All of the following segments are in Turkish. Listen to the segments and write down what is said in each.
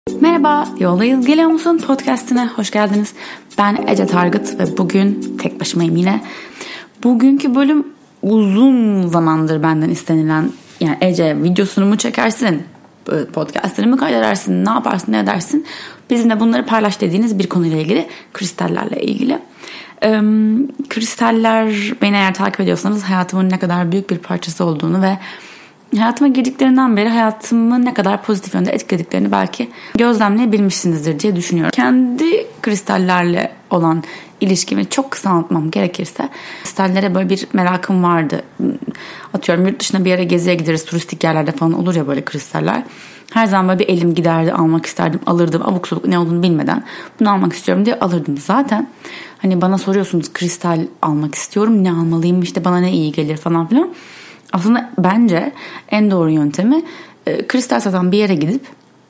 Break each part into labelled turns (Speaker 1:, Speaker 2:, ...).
Speaker 1: Merhaba, Yoldayız Geliyor Musun podcastine hoş geldiniz. Ben Ece Targıt ve bugün tek başımayım yine. Bugünkü bölüm uzun zamandır benden istenilen, yani Ece videosunu mu çekersin, podcastını mı kaydedersin, ne yaparsın, ne edersin? Bizimle bunları paylaş dediğiniz bir konuyla ilgili, kristallerle ilgili. Kristaller, beni eğer takip ediyorsanız hayatımın ne kadar büyük bir parçası olduğunu ve hayatıma girdiklerinden beri hayatımı ne kadar pozitif yönde etkilediklerini belki gözlemleyebilmişsinizdir diye düşünüyorum. Kendi kristallerle olan ilişkimi çok kısa anlatmam gerekirse, kristallere böyle bir merakım vardı. Atıyorum yurt dışına bir yere geziye gideriz, turistik yerlerde falan olur ya böyle kristaller. Her zaman böyle bir elim giderdi, almak isterdim, alırdım, abuk sabuk ne olduğunu bilmeden bunu almak istiyorum diye alırdım. Zaten hani bana soruyorsunuz kristal almak istiyorum, ne almalıyım, işte bana ne iyi gelir falan filan. Aslında bence en doğru yöntemi kristal satan bir yere gidip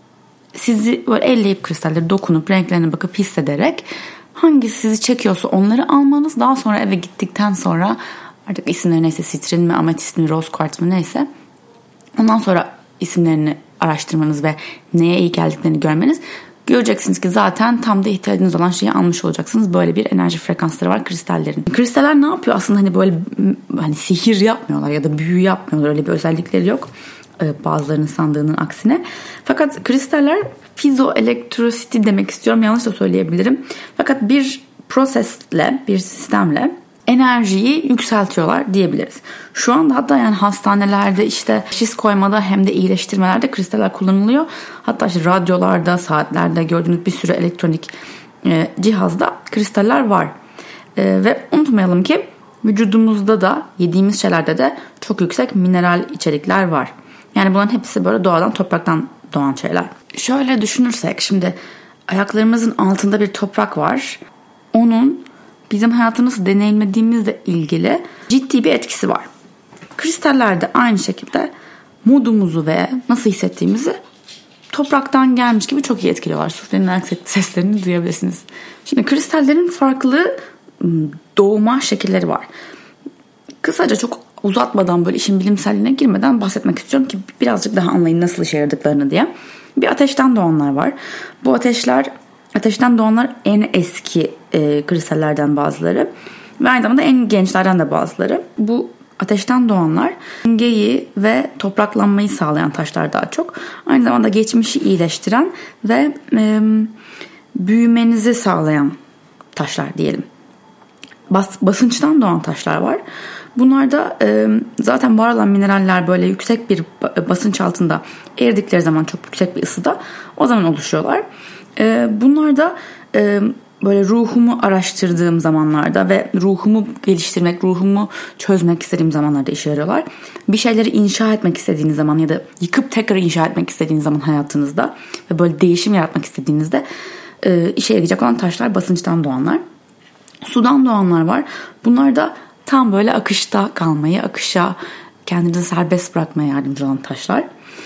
Speaker 1: sizi böyle elleyip kristalleri dokunup renklerine bakıp hissederek hangisi sizi çekiyorsa onları almanız. Daha sonra eve gittikten sonra artık isimleri neyse, sitrin mi, ametist mi, rose quartz mı neyse, ondan sonra isimlerini araştırmanız ve neye iyi geldiklerini görmeniz. Göreceksiniz ki zaten tam da ihtiyacınız olan şeyi almış olacaksınız. Böyle bir enerji frekansları var kristallerin. Kristaller ne yapıyor? Aslında hani böyle hani sihir yapmıyorlar ya da büyü yapmıyorlar. Öyle bir özellikleri yok. Bazılarının sandığının aksine. Fakat kristaller piezoelektrositi demek istiyorum. Yanlış da söyleyebilirim. Fakat bir prosesle, bir sistemle enerjiyi yükseltiyorlar diyebiliriz. Şu anda hatta yani hastanelerde işte teşhis koymada hem de iyileştirmelerde kristaller kullanılıyor. Hatta işte radyolarda, saatlerde gördüğünüz bir sürü elektronik cihazda kristaller var. Ve unutmayalım ki vücudumuzda da yediğimiz şeylerde de çok yüksek mineral içerikler var. Yani bunların hepsi böyle doğadan, topraktan doğan şeyler. Şöyle düşünürsek şimdi ayaklarımızın altında bir toprak var. Onun bizim hayatımızı deneyimlediğimizle ilgili ciddi bir etkisi var. Kristaller de aynı şekilde modumuzu ve nasıl hissettiğimizi topraktan gelmiş gibi çok iyi etkiliyorlar. Suflenin ayak seslerini duyabilirsiniz. Şimdi kristallerin farklı doğma şekilleri var. Kısaca çok uzatmadan, böyle işin bilimselliğine girmeden bahsetmek istiyorum ki birazcık daha anlayın nasıl işe yaradıklarını diye. Bir ateşten doğanlar var. Bu ateşten doğanlar en eski kristallerden bazıları ve aynı zamanda en gençlerden de bazıları. Bu ateşten doğanlar dengeyi ve topraklanmayı sağlayan taşlar daha çok. Aynı zamanda geçmişi iyileştiren ve büyümenizi sağlayan taşlar diyelim. Basınçtan doğan taşlar var. Bunlarda zaten var olan mineraller böyle yüksek bir basınç altında eridikleri zaman, çok yüksek bir ısıda, o zaman oluşuyorlar. Bunlar da böyle ruhumu araştırdığım zamanlarda ve ruhumu geliştirmek, ruhumu çözmek istediğim zamanlarda işe yarıyorlar. Bir şeyleri inşa etmek istediğiniz zaman ya da yıkıp tekrar inşa etmek istediğiniz zaman hayatınızda ve böyle değişim yaratmak istediğinizde işe yarayacak olan taşlar basınçtan doğanlar. Sudan doğanlar var. Bunlar da tam böyle akışta kalmayı, akışa kendinizi serbest bırakmaya yardımcı olan taşlar.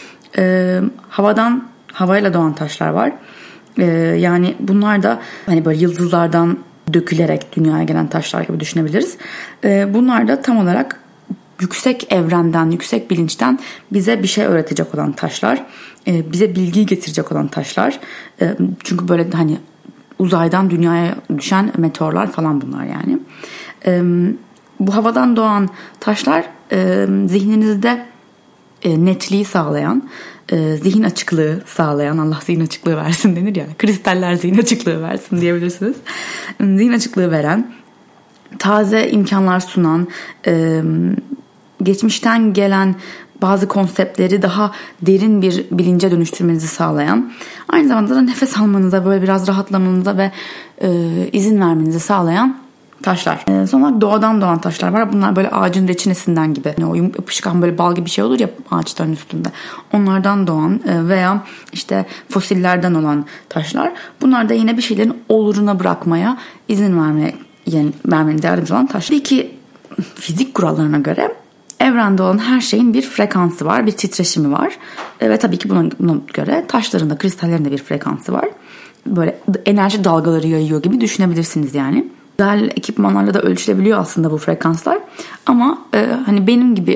Speaker 1: Havayla doğan taşlar var. Yani bunlar da hani böyle yıldızlardan dökülerek dünyaya gelen taşlar gibi düşünebiliriz. Bunlar da tam olarak yüksek evrenden, yüksek bilinçten bize bir şey öğretecek olan taşlar. Bize bilgiyi getirecek olan taşlar. Çünkü böyle hani uzaydan dünyaya düşen meteorlar falan bunlar yani. Bu havadan doğan taşlar zihninizde netliği sağlayan, zihin açıklığı sağlayan, Allah zihin açıklığı versin denir ya, kristaller zihin açıklığı versin diyebilirsiniz. Zihin açıklığı veren, taze imkanlar sunan, geçmişten gelen bazı konseptleri daha derin bir bilince dönüştürmenizi sağlayan, aynı zamanda da nefes almanıza, böyle biraz rahatlamanıza ve izin vermenizi sağlayan taşlar. Son olarak doğadan doğan taşlar var. Bunlar böyle ağacın reçinesinden gibi. Yani o yapışkan böyle bal gibi bir şey olur ya ağaçların üstünde. Onlardan doğan veya işte fosillerden olan taşlar. Bunlar da yine bir şeylerin oluruna bırakmaya izin vermenize yardımcı olan taşlar. Peki fizik kurallarına göre evrende olan her şeyin bir frekansı var, bir titreşimi var. Ve tabii ki buna göre taşların da, kristallerin de bir frekansı var. Böyle enerji dalgaları yayıyor gibi düşünebilirsiniz yani. Güzel ekipmanlarla da ölçülebiliyor aslında bu frekanslar. Ama hani benim gibi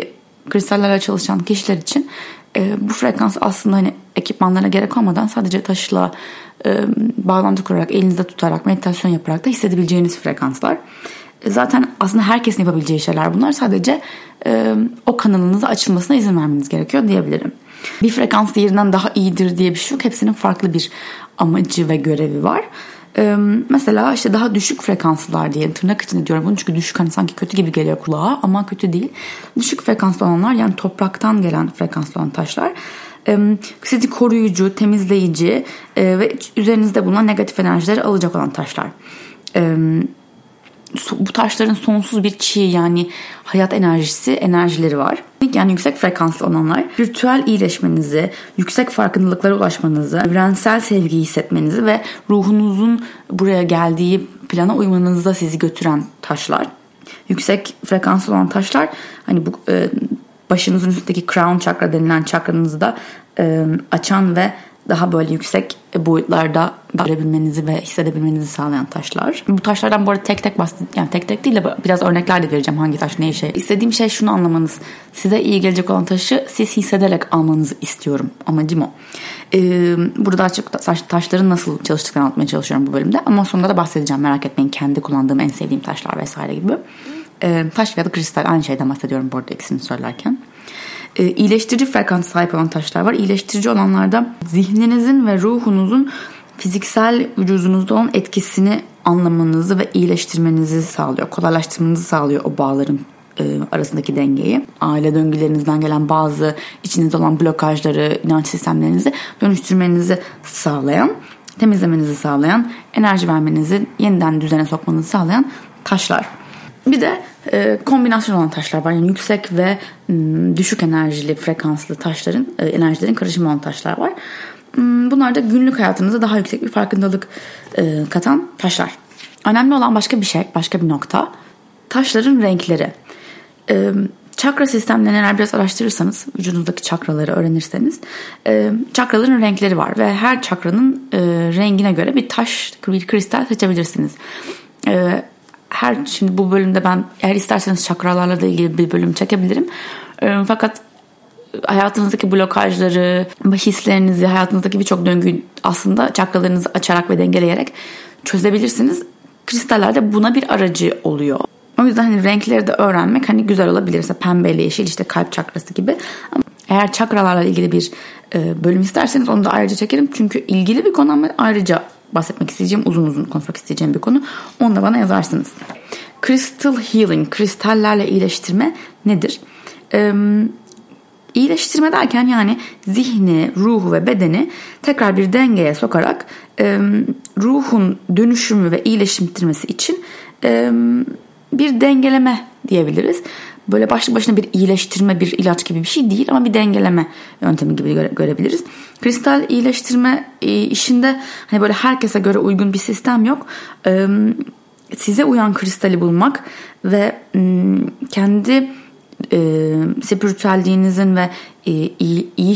Speaker 1: kristallerle çalışan kişiler için bu frekans aslında hani ekipmanlara gerek olmadan sadece taşla bağlantı kurarak, elinizde tutarak, meditasyon yaparak da hissedebileceğiniz frekanslar. Zaten aslında herkesin yapabileceği şeyler bunlar. Sadece o kanalınızın açılmasına izin vermeniz gerekiyor diyebilirim. Bir frekans diğerinden daha iyidir diye bir şey yok. Hepsinin farklı bir amacı ve görevi var. Mesela işte daha düşük frekanslılar diye tırnak içinde diyorum bunu çünkü düşük hani sanki kötü gibi geliyor kulağa ama kötü değil. Düşük frekanslı olanlar yani topraktan gelen frekanslı olan taşlar sizi koruyucu, temizleyici ve üzerinizde bulunan negatif enerjileri alacak olan taşlar. Bu taşların sonsuz bir çi yani hayat enerjileri var. Yani yüksek frekanslı olanlar ritüel iyileşmenizi, yüksek farkındalıklara ulaşmanızı, evrensel sevgiyi hissetmenizi ve ruhunuzun buraya geldiği plana uymanızda sizi götüren taşlar. Yüksek frekanslı olan taşlar hani bu başınızın üstündeki crown chakra denilen çakranızı da açan ve daha böyle yüksek boyutlarda görebilmenizi ve hissedebilmenizi sağlayan taşlar. Bu taşlardan bu arada tek yani tek değil de biraz örnekler de vereceğim hangi taş ne işe. İstediğim şey şunu anlamanız. Size iyi gelecek olan taşı siz hissederek almanızı istiyorum. Amacım o. Burada açık taşların nasıl çalıştıklarını anlatmaya çalışıyorum bu bölümde. Ama sonunda da bahsedeceğim. Merak etmeyin. Kendi kullandığım en sevdiğim taşlar vesaire gibi. Taş ya da kristal aynı şeyden bahsediyorum bu arada ikisini söylerken. İyileştirici frekans sahip olan taşlar var. İyileştirici olanlarda zihninizin ve ruhunuzun fiziksel vücudunuzda olan etkisini anlamanızı ve iyileştirmenizi sağlıyor. Kolaylaştırmanızı sağlıyor o bağların arasındaki dengeyi. Aile döngülerinizden gelen bazı içinizde olan blokajları, inanç sistemlerinizi dönüştürmenizi sağlayan, temizlemenizi sağlayan, enerji vermenizi yeniden düzene sokmanızı sağlayan taşlar. Bir de kombinasyon olan taşlar var. Yani yüksek ve düşük enerjili frekanslı taşların, enerjilerin karışımı olan taşlar var. Bunlar da günlük hayatınıza daha yüksek bir farkındalık katan taşlar. Önemli olan başka bir nokta. Taşların renkleri. Çakra sistemlerini eğer biraz araştırırsanız, vücudunuzdaki çakraları öğrenirseniz, çakraların renkleri var ve her çakranın rengine göre bir taş, bir kristal seçebilirsiniz. Şimdi bu bölümde ben eğer isterseniz çakralarla da ilgili bir bölüm çekebilirim. Fakat hayatınızdaki blokajları, hislerinizi, hayatınızdaki birçok döngüyü aslında çakralarınızı açarak ve dengeleyerek çözebilirsiniz. Kristaller de buna bir aracı oluyor. O yüzden hani renkleri de öğrenmek hani güzel olabilir. Mesela pembeyle yeşil işte kalp çakrası gibi. Ama eğer çakralarla ilgili bir bölüm isterseniz onu da ayrıca çekerim. Çünkü ilgili bir konu ama ayrıca bahsetmek isteyeceğim, uzun konuşmak isteyeceğim bir konu. Onu da bana yazarsınız. Crystal healing, kristallerle iyileştirme nedir? İyileştirme derken yani zihni, ruhu ve bedeni tekrar bir dengeye sokarak ruhun dönüşümü ve iyileştirmesi için bir dengeleme diyebiliriz. Böyle başlı başına bir iyileştirme, bir ilaç gibi bir şey değil ama bir dengeleme yöntemi gibi görebiliriz. Kristal iyileştirme işinde hani böyle herkese göre uygun bir sistem yok. Size uyan kristali bulmak ve kendi spiritüelliğinizin ve iyi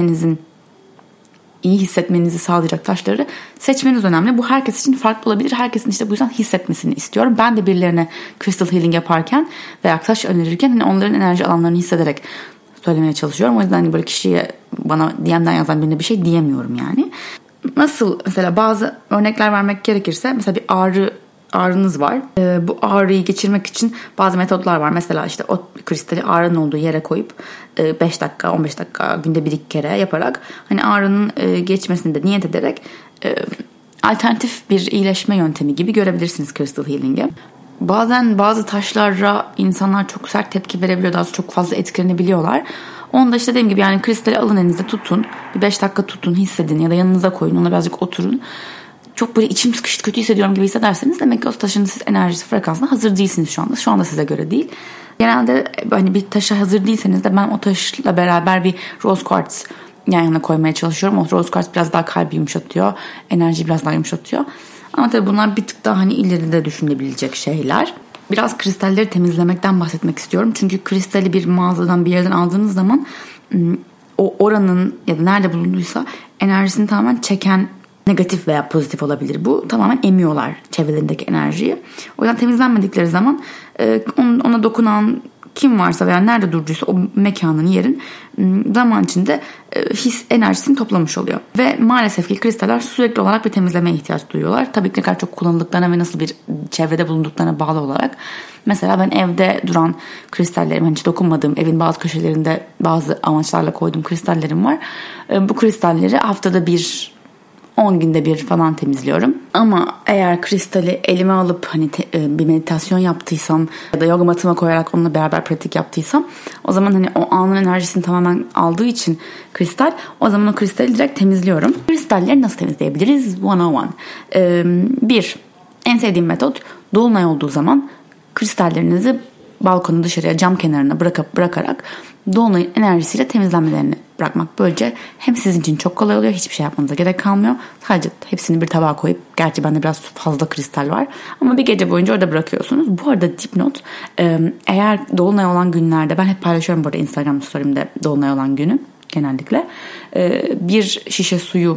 Speaker 1: hissetmenizi sağlayacak taşları seçmeniz önemli. Bu herkes için farklı olabilir. Herkesin işte bu yüzden hissetmesini istiyorum. Ben de birilerine crystal healing yaparken veya taş önerirken hani onların enerji alanlarını hissederek söylemeye çalışıyorum. O yüzden hani böyle kişiye bana DM'den yazan birine bir şey diyemiyorum yani. Nasıl mesela bazı örnekler vermek gerekirse mesela bir ağrınız var. Bu ağrıyı geçirmek için bazı metotlar var. Mesela işte o kristali ağrının olduğu yere koyup 5 dakika 15 dakika günde 1-2 kere yaparak hani ağrının geçmesini de niyet ederek alternatif bir iyileşme yöntemi gibi görebilirsiniz crystal healing'i. Bazen bazı taşlara insanlar çok sert tepki verebiliyor. Daha çok fazla etkilenebiliyorlar. Onu da işte dediğim gibi yani kristali alın elinizde tutun. Bir 5 dakika tutun, hissedin ya da yanınıza koyun. Ona birazcık oturun. Çok böyle içim sıkıştı, kötü hissediyorum gibi hissederseniz demek ki o taşın siz enerjisi frekansına hazır değilsiniz şu anda. Şu anda size göre değil. Genelde hani bir taşa hazır değilseniz de ben o taşla beraber bir rose quartz yan yana koymaya çalışıyorum. O rose quartz biraz daha kalbi yumuşatıyor. Enerjiyi biraz daha yumuşatıyor. Ama tabii bunlar bir tık daha hani ileride düşünülebilecek şeyler. Biraz kristalleri temizlemekten bahsetmek istiyorum. Çünkü kristali bir mağazadan bir yerden aldığınız zaman o oranın ya da nerede bulunduysa enerjisini tamamen çeken negatif veya pozitif olabilir. Bu tamamen emiyorlar çevrelerindeki enerjiyi. O yüzden temizlenmedikleri zaman ona dokunan kim varsa veya nerede durduysa o mekanın, yerin zaman içinde his enerjisini toplamış oluyor. Ve maalesef ki kristaller sürekli olarak bir temizlemeye ihtiyaç duyuyorlar. Tabii ki ne kadar çok kullanıldıklarına ve nasıl bir çevrede bulunduklarına bağlı olarak. Mesela ben evde duran kristallerim, hiç dokunmadığım, evin bazı köşelerinde bazı amaçlarla koyduğum kristallerim var. Bu kristalleri haftada 10 günde bir falan temizliyorum. Ama eğer kristali elime alıp bir meditasyon yaptıysam ya da yoga matıma koyarak onunla beraber pratik yaptıysam, o zaman o anın enerjisini tamamen aldığı için kristal, o zaman o kristali direkt temizliyorum. Kristalleri nasıl temizleyebiliriz? 101. En sevdiğim metot, dolunay olduğu zaman kristallerinizi balkonu dışarıya, cam kenarına bırakarak dolunayın enerjisiyle temizlenmelerini bırakmak. Böylece hem sizin için çok kolay oluyor. Hiçbir şey yapmanıza gerek kalmıyor. Sadece hepsini bir tabağa koyup, gerçi bende biraz fazla kristal var, ama bir gece boyunca orada bırakıyorsunuz. Bu arada dipnot, eğer dolunay olan günlerde, ben hep paylaşıyorum bu arada Instagram story'imde dolunay olan günü genellikle, bir şişe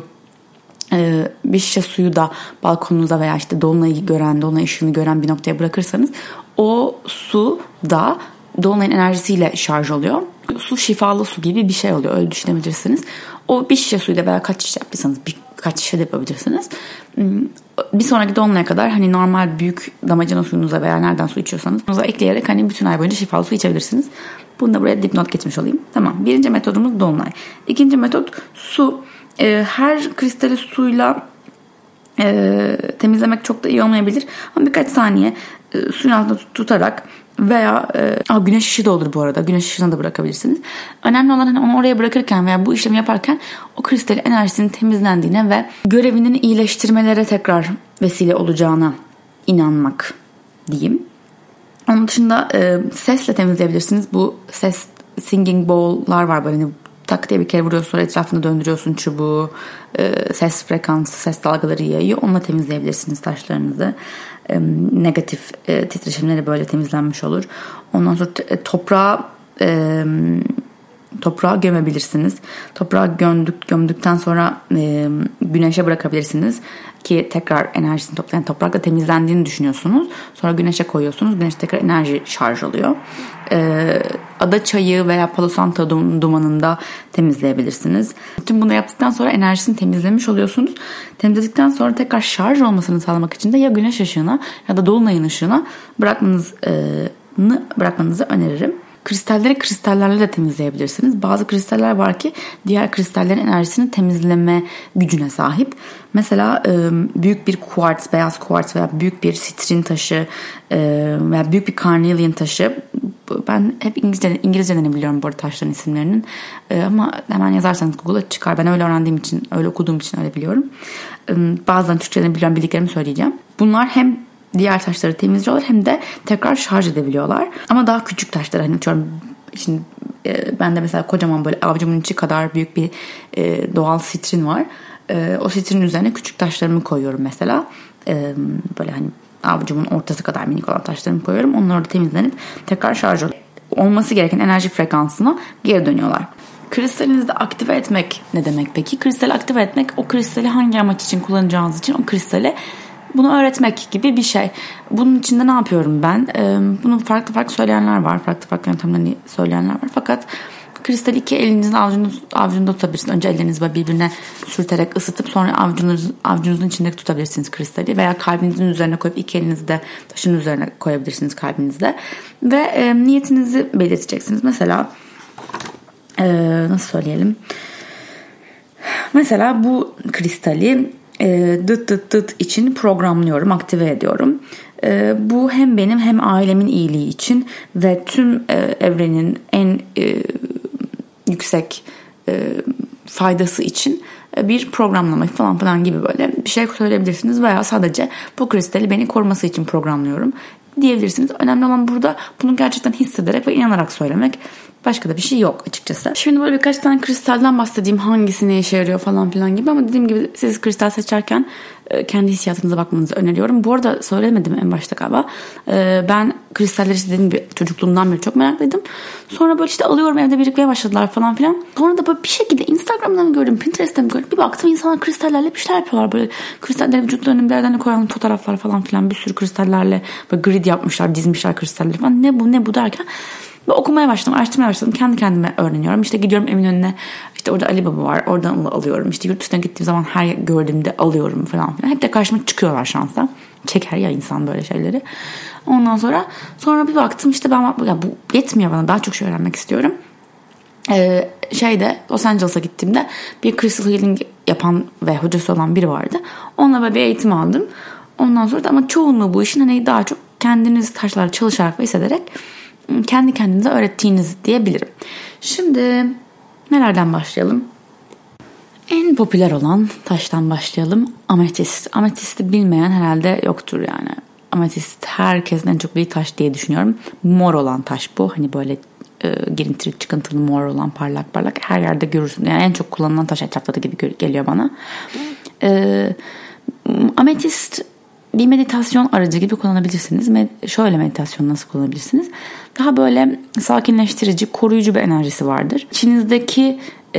Speaker 1: suyu da balkonunuza veya dolunay ışığını gören bir noktaya bırakırsanız, o su da dolunayın enerjisiyle şarj oluyor. Su şifalı su gibi bir şey oluyor. Öyle düşünebilirsiniz. O bir şişe suyla veya kaç şişe yaptıysanız birkaç şişe de yapabilirsiniz. Bir sonraki dolunaya kadar normal büyük damacana suyunuza veya nereden su içiyorsanız ekleyerek bütün ay boyunca şifalı su içebilirsiniz. Bunu da buraya dipnot geçmiş olayım. Tamam. Birinci metodumuz dolunay. İkinci metot su. Her kristali suyla temizlemek çok da iyi olmayabilir. Ama birkaç saniye suyun altında tutarak veya güneş ışığı da olur bu arada. Güneş ışığına da bırakabilirsiniz. Önemli olan onu oraya bırakırken veya bu işlemi yaparken o kristal enerjisinin temizlendiğine ve görevinin iyileştirmelere tekrar vesile olacağına inanmak diyeyim. Onun dışında sesle temizleyebilirsiniz. Bu singing bowl'lar var böyle, tak diye bir kere vuruyorsun, sonra etrafını döndürüyorsun çubuğu, ses frekansı, ses dalgaları yayıyor. Onunla temizleyebilirsiniz taşlarınızı. Negatif titreşimleri böyle temizlenmiş olur. Ondan sonra toprağa gömebilirsiniz. Toprağa gömdükten sonra güneşe bırakabilirsiniz ki tekrar enerjisini toplayan, toprakla temizlendiğini düşünüyorsunuz. Sonra güneşe koyuyorsunuz. Güneş tekrar enerji şarj oluyor. Ada çayı veya Palo Santo dumanında temizleyebilirsiniz. Bütün bunu yaptıktan sonra enerjisini temizlemiş oluyorsunuz. Temizledikten sonra tekrar şarj olmasını sağlamak için de ya güneş ışığına ya da dolunayın ışığına bırakmanızı öneririm. Kristallerle de temizleyebilirsiniz. Bazı kristaller var ki diğer kristallerin enerjisini temizleme gücüne sahip. Mesela büyük bir kuartz, beyaz kuartz veya büyük bir sitrin taşı veya büyük bir carnelian taşı. Ben hep İngilizceden biliyorum bu arada taşların isimlerinin. Ama hemen yazarsanız Google'a çıkar. Ben öyle öğrendiğim için, öyle okuduğum için öyle biliyorum. Bazen Türkçeden bildiklerimi söyleyeceğim. Bunlar hem diğer taşları temizliyorlar hem de tekrar şarj edebiliyorlar. Ama daha küçük taşlar, şimdi bende mesela kocaman böyle avucumun içi kadar büyük bir doğal sitrin var. O sitrinin üzerine küçük taşlarımı koyuyorum mesela. Böyle avucumun ortası kadar minik olan taşlarımı koyuyorum. Onlar orada temizlenip tekrar şarj oluyor. Olması gereken enerji frekansına geri dönüyorlar. Kristalinizi de aktive etmek ne demek peki? Kristali aktive etmek, o kristali hangi amaç için kullanacağınız için o kristali bunu öğretmek gibi bir şey. Bunun içinde ne yapıyorum ben? Bunu farklı söyleyenler var. Farklı yöntemlerini söyleyenler var. Fakat kristali iki elinizin avucunda tutabilirsiniz. Önce ellerinizi birbirine sürterek ısıtıp sonra avucunuzun içinde tutabilirsiniz kristali. Veya kalbinizin üzerine koyup iki elinizi de taşın üzerine koyabilirsiniz kalbinizde. Ve niyetinizi belirteceksiniz. Mesela nasıl söyleyelim? Mesela bu kristali dıt için programlıyorum, aktive ediyorum. Bu hem benim hem ailemin iyiliği için ve tüm evrenin en yüksek faydası için bir programlama falan gibi böyle bir şey söyleyebilirsiniz veya sadece bu kristali beni koruması için programlıyorum diyebilirsiniz. Önemli olan burada bunu gerçekten hissederek ve inanarak söylemek. Başka da bir şey yok açıkçası. Şimdi böyle birkaç tane kristalden bahsedeyim. Hangisi ne işe yarıyor falan filan gibi. Ama dediğim gibi siz kristal seçerken kendi hissiyatınıza bakmanızı öneriyorum. Bu arada söylemedim en başta galiba. Ben kristalleri dediğim gibi çocukluğumdan beri çok meraklıydım. Sonra böyle alıyorum, evde birikmeye başladılar falan filan. Sonra da böyle bir şekilde Instagram'dan gördüm, Pinterest'ten gördüm. Bir baktım insanlar kristallerle bir şeyler yapıyorlar. Böyle kristalleri vücutlarının bir yerden koyan fotoğraflar falan filan. Bir sürü kristallerle böyle grid yapmışlar, dizmişler kristalleri falan. Ne bu derken Ve okumaya başladım, araştırmaya başladım. Kendi kendime öğreniyorum. İşte gidiyorum Eminönü'ne. İşte orada Ali Baba var. Oradan alıyorum. İşte yurt dışına gittiğim zaman her gördüğümde alıyorum falan filan. Hep de karşıma çıkıyorlar şansa. Çeker ya insan böyle şeyleri. Ondan sonra bir baktım işte ben ya bu yetmiyor bana. Daha çok şey öğrenmek istiyorum. Los Angeles'a gittiğimde bir Crystal Healing yapan ve hocası olan biri vardı. Onunla böyle bir eğitim aldım. Ondan sonra da ama çoğunluğu bu işin hani daha çok kendiniz taşlarla çalışarak ve hissederek kendi kendinize öğrettiğiniz diyebilirim. Şimdi nelerden başlayalım? En popüler olan taştan başlayalım. Ametist. Ametisti bilmeyen herhalde yoktur yani. Ametist herkesin en çok bildiği taş diye düşünüyorum. Mor olan taş bu. Hani böyle girintili çıkıntılı mor olan parlak her yerde görürsün. Yani en çok kullanılan taş etrafta da gibi geliyor bana. Ametist bir meditasyon aracı gibi kullanabilirsiniz. Şöyle meditasyon nasıl kullanabilirsiniz? Daha böyle sakinleştirici, koruyucu bir enerjisi vardır. İçinizdeki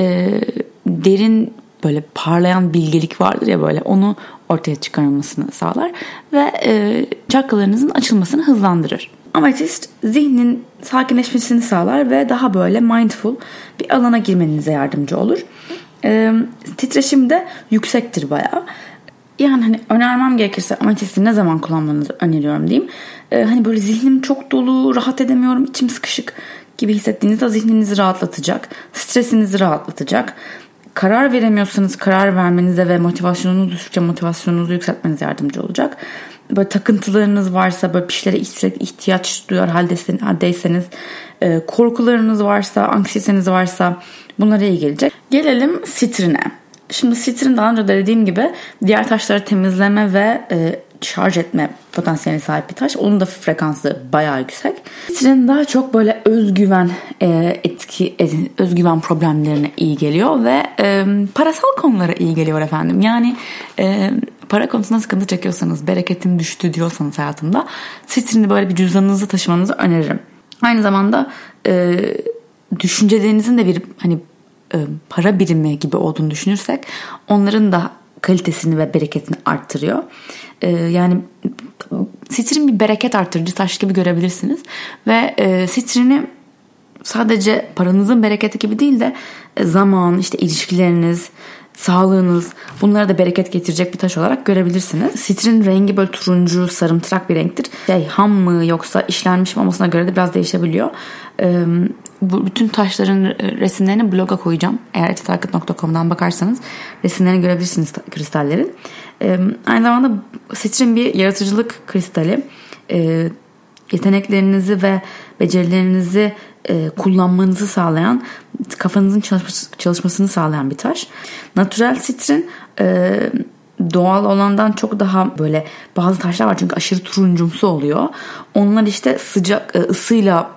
Speaker 1: derin böyle parlayan bilgelik vardır ya böyle onu ortaya çıkarılmasını sağlar ve çakralarınızın açılmasını hızlandırır. Ametist zihnin sakinleşmesini sağlar ve daha böyle mindful bir alana girmenize yardımcı olur. Titreşim de yüksektir bayağı. Yani hani önermem gerekirse ametisti ne zaman kullanmanızı öneriyorum diyeyim. Hani böyle zihnim çok dolu, rahat edemiyorum, içim sıkışık gibi hissettiğinizde zihninizi rahatlatacak, stresinizi rahatlatacak. Karar veremiyorsanız karar vermenize ve motivasyonunuz düşükçe motivasyonunuzu yükseltmenize yardımcı olacak. Böyle takıntılarınız varsa, böyle bir şeylere sürekli ihtiyaç duyar haldeyseniz, korkularınız varsa, anksiyeteniz varsa bunlara iyi gelecek. Gelelim sitrine. Şimdi sitrin daha önce de dediğim gibi diğer taşları temizleme ve şarj etme potansiyeline sahip bir taş. Onun da frekansı bayağı yüksek. Sitrin daha çok böyle özgüven özgüven problemlerine iyi geliyor ve parasal konulara iyi geliyor efendim. Yani para konusunda sıkıntı çekiyorsanız, bereketim düştü diyorsanız hayatımda sitrini böyle bir cüzdanınızı taşımanızı öneririm. Aynı zamanda düşüncelerinizin de bir hani para birimi gibi olduğunu düşünürsek onların da kalitesini ve bereketini arttırıyor. Yani sitrin bir bereket arttırıcı taş gibi görebilirsiniz. Ve sitrini sadece paranızın bereketi gibi değil de zaman, işte ilişkileriniz, sağlığınız bunlara da bereket getirecek bir taş olarak görebilirsiniz. Sitrin rengi böyle turuncu, sarımtırak bir renktir. Ham mı yoksa işlenmiş mi olmasına göre de biraz değişebiliyor. Bu bütün taşların resimlerini bloga koyacağım. Eğer etitarkıt.com'dan bakarsanız resimlerini görebilirsiniz kristallerin. Aynı zamanda sitrin bir yaratıcılık kristali. Yeteneklerinizi ve becerilerinizi kullanmanızı sağlayan, kafanızın çalışmasını sağlayan bir taş. Natürel sitrin doğal olandan çok daha böyle bazı taşlar var çünkü aşırı turuncumsu oluyor. Onlar işte sıcak ısıyla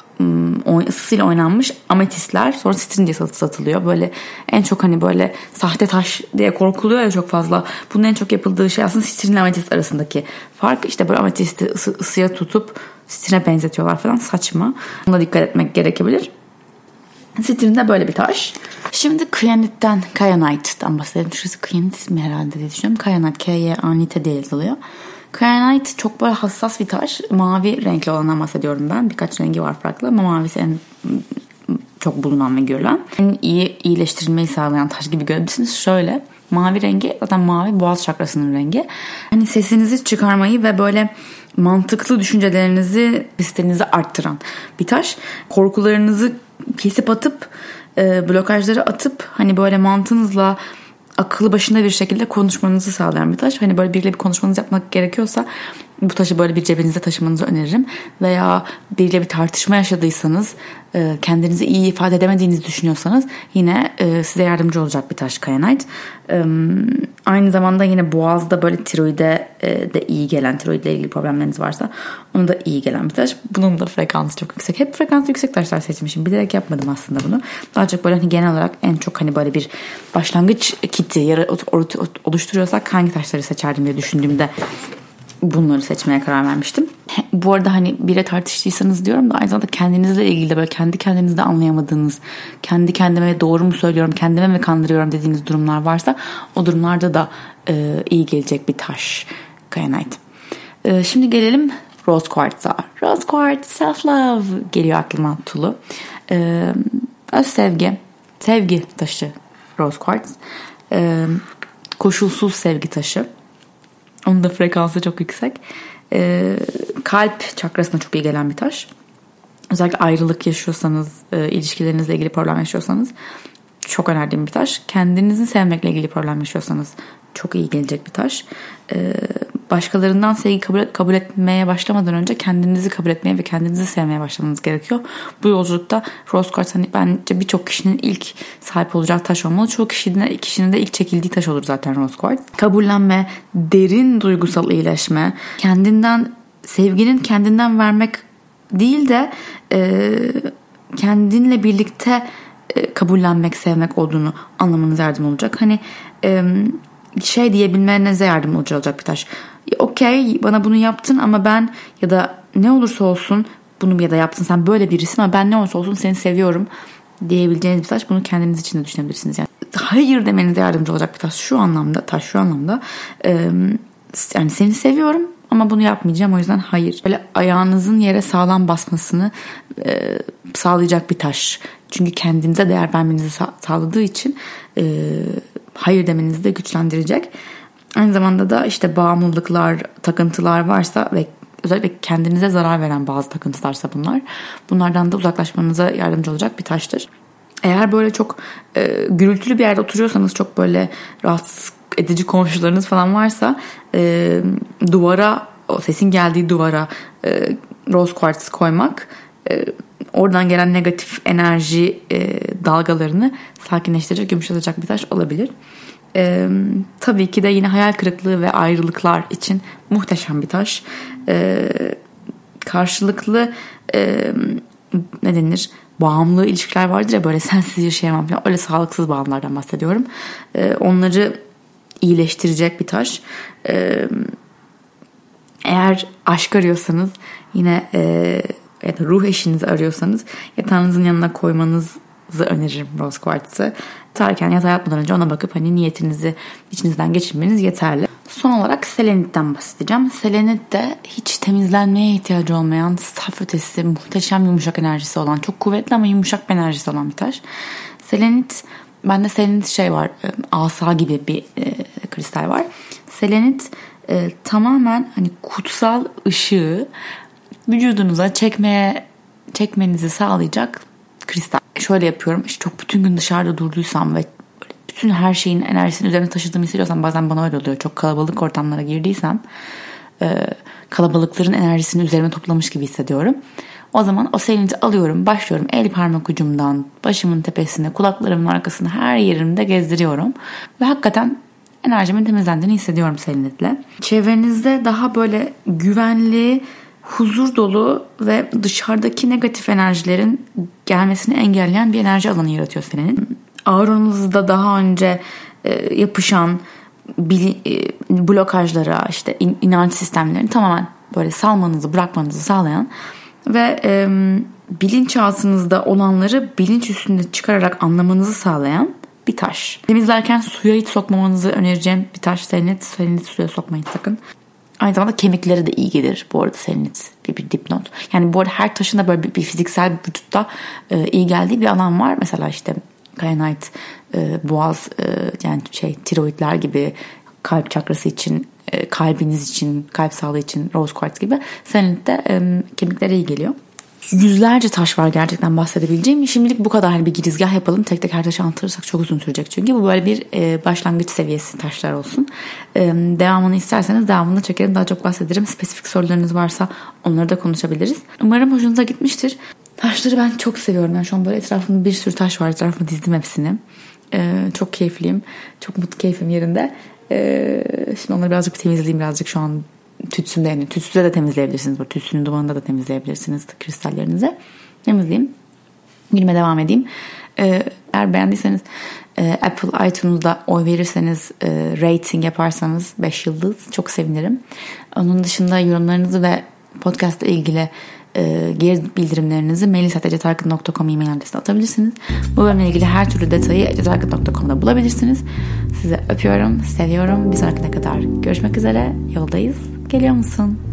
Speaker 1: oynanmış ametistler sonra sitrin diye satılıyor. Böyle en çok hani böyle sahte taş diye korkuluyor ya çok fazla. Bunun en çok yapıldığı şey aslında sitrinle ametist arasındaki fark. İşte böyle ametisti ısıya tutup sitrine benzetiyorlar falan, saçma. Buna dikkat etmek gerekebilir. Sitrin de böyle bir taş. Şimdi Kyanite'den bahsedelim. Şurası Kyanite ismi herhalde diye düşünüyorum. Kyanite, K-Y-A-N-I-T diye yazılıyor. Kyanite çok böyle hassas bir taş. Mavi renkli olandan bahsediyorum ben. Birkaç rengi var farklı ama mavisi en çok bulunan ve görülen. En iyi iyileştirilmeyi sağlayan taş gibi görebilirsiniz. Şöyle mavi rengi zaten mavi boğaz çakrasının rengi. Hani sesinizi çıkarmayı ve böyle mantıklı düşüncelerinizi, listenizi arttıran bir taş. Korkularınızı kesip atıp blokajları atıp hani böyle mantığınızla akıllı başında bir şekilde konuşmanızı sağlayan bir taş. Hani böyle biriyle bir konuşmanız yapmak gerekiyorsa bu taşı böyle bir cebinizde taşımanızı öneririm. Veya biriyle bir tartışma yaşadıysanız, kendinizi iyi ifade edemediğinizi düşünüyorsanız yine size yardımcı olacak bir taş Kyanite. Aynı zamanda yine boğazda böyle tiroide de iyi gelen, tiroidle ilgili problemleriniz varsa ona da iyi gelen bir taş. Bunun da frekansı çok yüksek. Hep frekansı yüksek taşlar seçmişim. Bilerek yapmadım aslında bunu. Daha çok böyle hani genel olarak en çok hani böyle bir başlangıç kiti oluşturuyorsak hangi taşları seçerdim diye düşündüğümde bunları seçmeye karar vermiştim. Bu arada hani bire tartıştıysanız diyorum da aynı zamanda kendinizle ilgili de böyle kendi kendinizde anlayamadığınız, kendi kendime doğru mu söylüyorum, kendime mi kandırıyorum dediğiniz durumlar varsa o durumlarda da iyi gelecek bir taş Kyanite. Şimdi gelelim Rose Quartz'a. Rose Quartz, self love geliyor aklıma Tulu. Öz sevgi taşı Rose Quartz. Koşulsuz sevgi taşı. Onun da frekansı çok yüksek. Kalp çakrasına çok iyi gelen bir taş. Özellikle ayrılık yaşıyorsanız, ilişkilerinizle ilgili problem yaşıyorsanız çok önerdiğim bir taş. Kendinizi sevmekle ilgili problem yaşıyorsanız çok iyi gelecek bir taş. Başkalarından sevgi kabul etmeye başlamadan önce kendinizi kabul etmeye ve kendinizi sevmeye başlamanız gerekiyor. Bu yolculukta Rose Quartz bence birçok kişinin ilk sahip olacağı taş olmalı. Çoğu kişinin de ilk çekildiği taş olur zaten Rose Quartz. Kabullenme, derin duygusal iyileşme, sevginin kendinden vermek değil de kendinle birlikte kabullenmek, sevmek olduğunu anlamanıza yardım olacak. Hani diyebilmenize yardım olacak bir taş. Okey, bana bunu yaptın ama ben, ya da ne olursa olsun bunu ya da yaptın, sen böyle birisin ama ben ne olursa olsun seni seviyorum diyebileceğiniz bir taş. Bunu kendiniz için de düşünebilirsiniz. Yani hayır demenize yardımcı olacak bir taş şu anlamda. Yani seni seviyorum ama bunu yapmayacağım, o yüzden hayır. Böyle ayağınızın yere sağlam basmasını sağlayacak bir taş. Çünkü kendinize değer vermenizi sağladığı için hayır demenizi de güçlendirecek. Aynı zamanda da işte bağımlılıklar, takıntılar varsa ve özellikle kendinize zarar veren bazı takıntılarsa bunlardan da uzaklaşmanıza yardımcı olacak bir taştır. Eğer böyle çok gürültülü bir yerde oturuyorsanız, çok böyle rahatsız edici komşularınız falan varsa duvara, o sesin geldiği duvara Rose Quartz koymak oradan gelen negatif enerji dalgalarını sakinleştirecek, yumuşatacak bir taş olabilir. Tabii ki de yine hayal kırıklığı ve ayrılıklar için muhteşem bir taş. Karşılıklı bağımlı ilişkiler vardır ya, böyle sensiz yaşayamam falan, öyle sağlıksız bağımlardan bahsediyorum. Onları iyileştirecek bir taş. Eğer aşk arıyorsanız yine ya da ruh eşinizi arıyorsanız yatağınızın yanına koymanızı öneririm Rose Quartz'ı. Yatarken, yatağa yatmadan önce ona bakıp niyetinizi içinizden geçirmeniz yeterli. Son olarak selenitten bahsedeceğim. Selenit de hiç temizlenmeye ihtiyacı olmayan, saf ötesi, muhteşem yumuşak enerjisi olan, çok kuvvetli ama yumuşak bir enerjisi olan bir taş. Selenit, bende selenit var, asa gibi bir kristal var. Selenit tamamen kutsal ışığı vücudunuza çekmenizi sağlayacak kristal. Şöyle yapıyorum, çok bütün gün dışarıda durduysam ve bütün her şeyin enerjisini üzerine taşıdığımı hissediyorsam, bazen bana öyle oluyor. Çok kalabalık ortamlara girdiysem kalabalıkların enerjisini üzerime toplamış gibi hissediyorum. O zaman o seleniti alıyorum, başlıyorum el parmak ucumdan başımın tepesine, kulaklarımın arkasına, her yerimde gezdiriyorum ve hakikaten enerjimin temizlendiğini hissediyorum selenitle. Çevrenizde daha böyle güvenli, huzur dolu ve dışarıdaki negatif enerjilerin gelmesini engelleyen bir enerji alanı yaratıyor selenit. Auranızda daha önce yapışan blokajlara, inanç sistemlerini tamamen böyle salmanızı, bırakmanızı sağlayan ve bilinçaltınızda olanları bilinç üstünde çıkararak anlamanızı sağlayan bir taş. Temizlerken suya hiç sokmamanızı önereceğim bir taş selenit. Selenit suya sokmayın sakın. Aynı zamanda kemiklere de iyi gelir bu arada selenit, bir dipnot. Yani bu arada her taşın da böyle bir fiziksel vücutta iyi geldiği bir alan var. Mesela kyanite, boğaz, tiroidler gibi, kalp çakrası için, kalbiniz için, kalp sağlığı için Rose Quartz gibi. Selenit de kemiklere iyi geliyor. Yüzlerce taş var gerçekten bahsedebileceğim. Şimdilik bu kadar bir girizgah yapalım. Tek tek her taşı anlatırsak çok uzun sürecek çünkü. Bu böyle bir başlangıç seviyesi taşlar olsun. Devamını isterseniz devamını çekerim. Daha çok bahsederim. Spesifik sorularınız varsa onları da konuşabiliriz. Umarım hoşunuza gitmiştir. Taşları ben çok seviyorum. Ben şu an böyle etrafımda bir sürü taş var. Etrafıma dizdim hepsini. Çok keyifliyim. Çok mutlu, keyfim yerinde. Şimdi onları birazcık temizleyeyim. Birazcık şu an tütsümde, tütsüde de temizleyebilirsiniz. Bu tütsünün dumanında da temizleyebilirsiniz kristallerinizi. Temizleyeyim. Günüme devam edeyim. Eğer beğendiyseniz Apple iTunes'da oy verirseniz, rating yaparsanız 5 yıldız çok sevinirim. Onun dışında yorumlarınızı ve podcast ile ilgili geri bildirimlerinizi melis@ecetarkın.com e-mail adresine atabilirsiniz. Bu bölümle ilgili her türlü detayı ecetarkın.com'da bulabilirsiniz. Sizi öpüyorum, seviyorum. Bir sonrakine kadar görüşmek üzere. Yoldayız. Geliyor musun?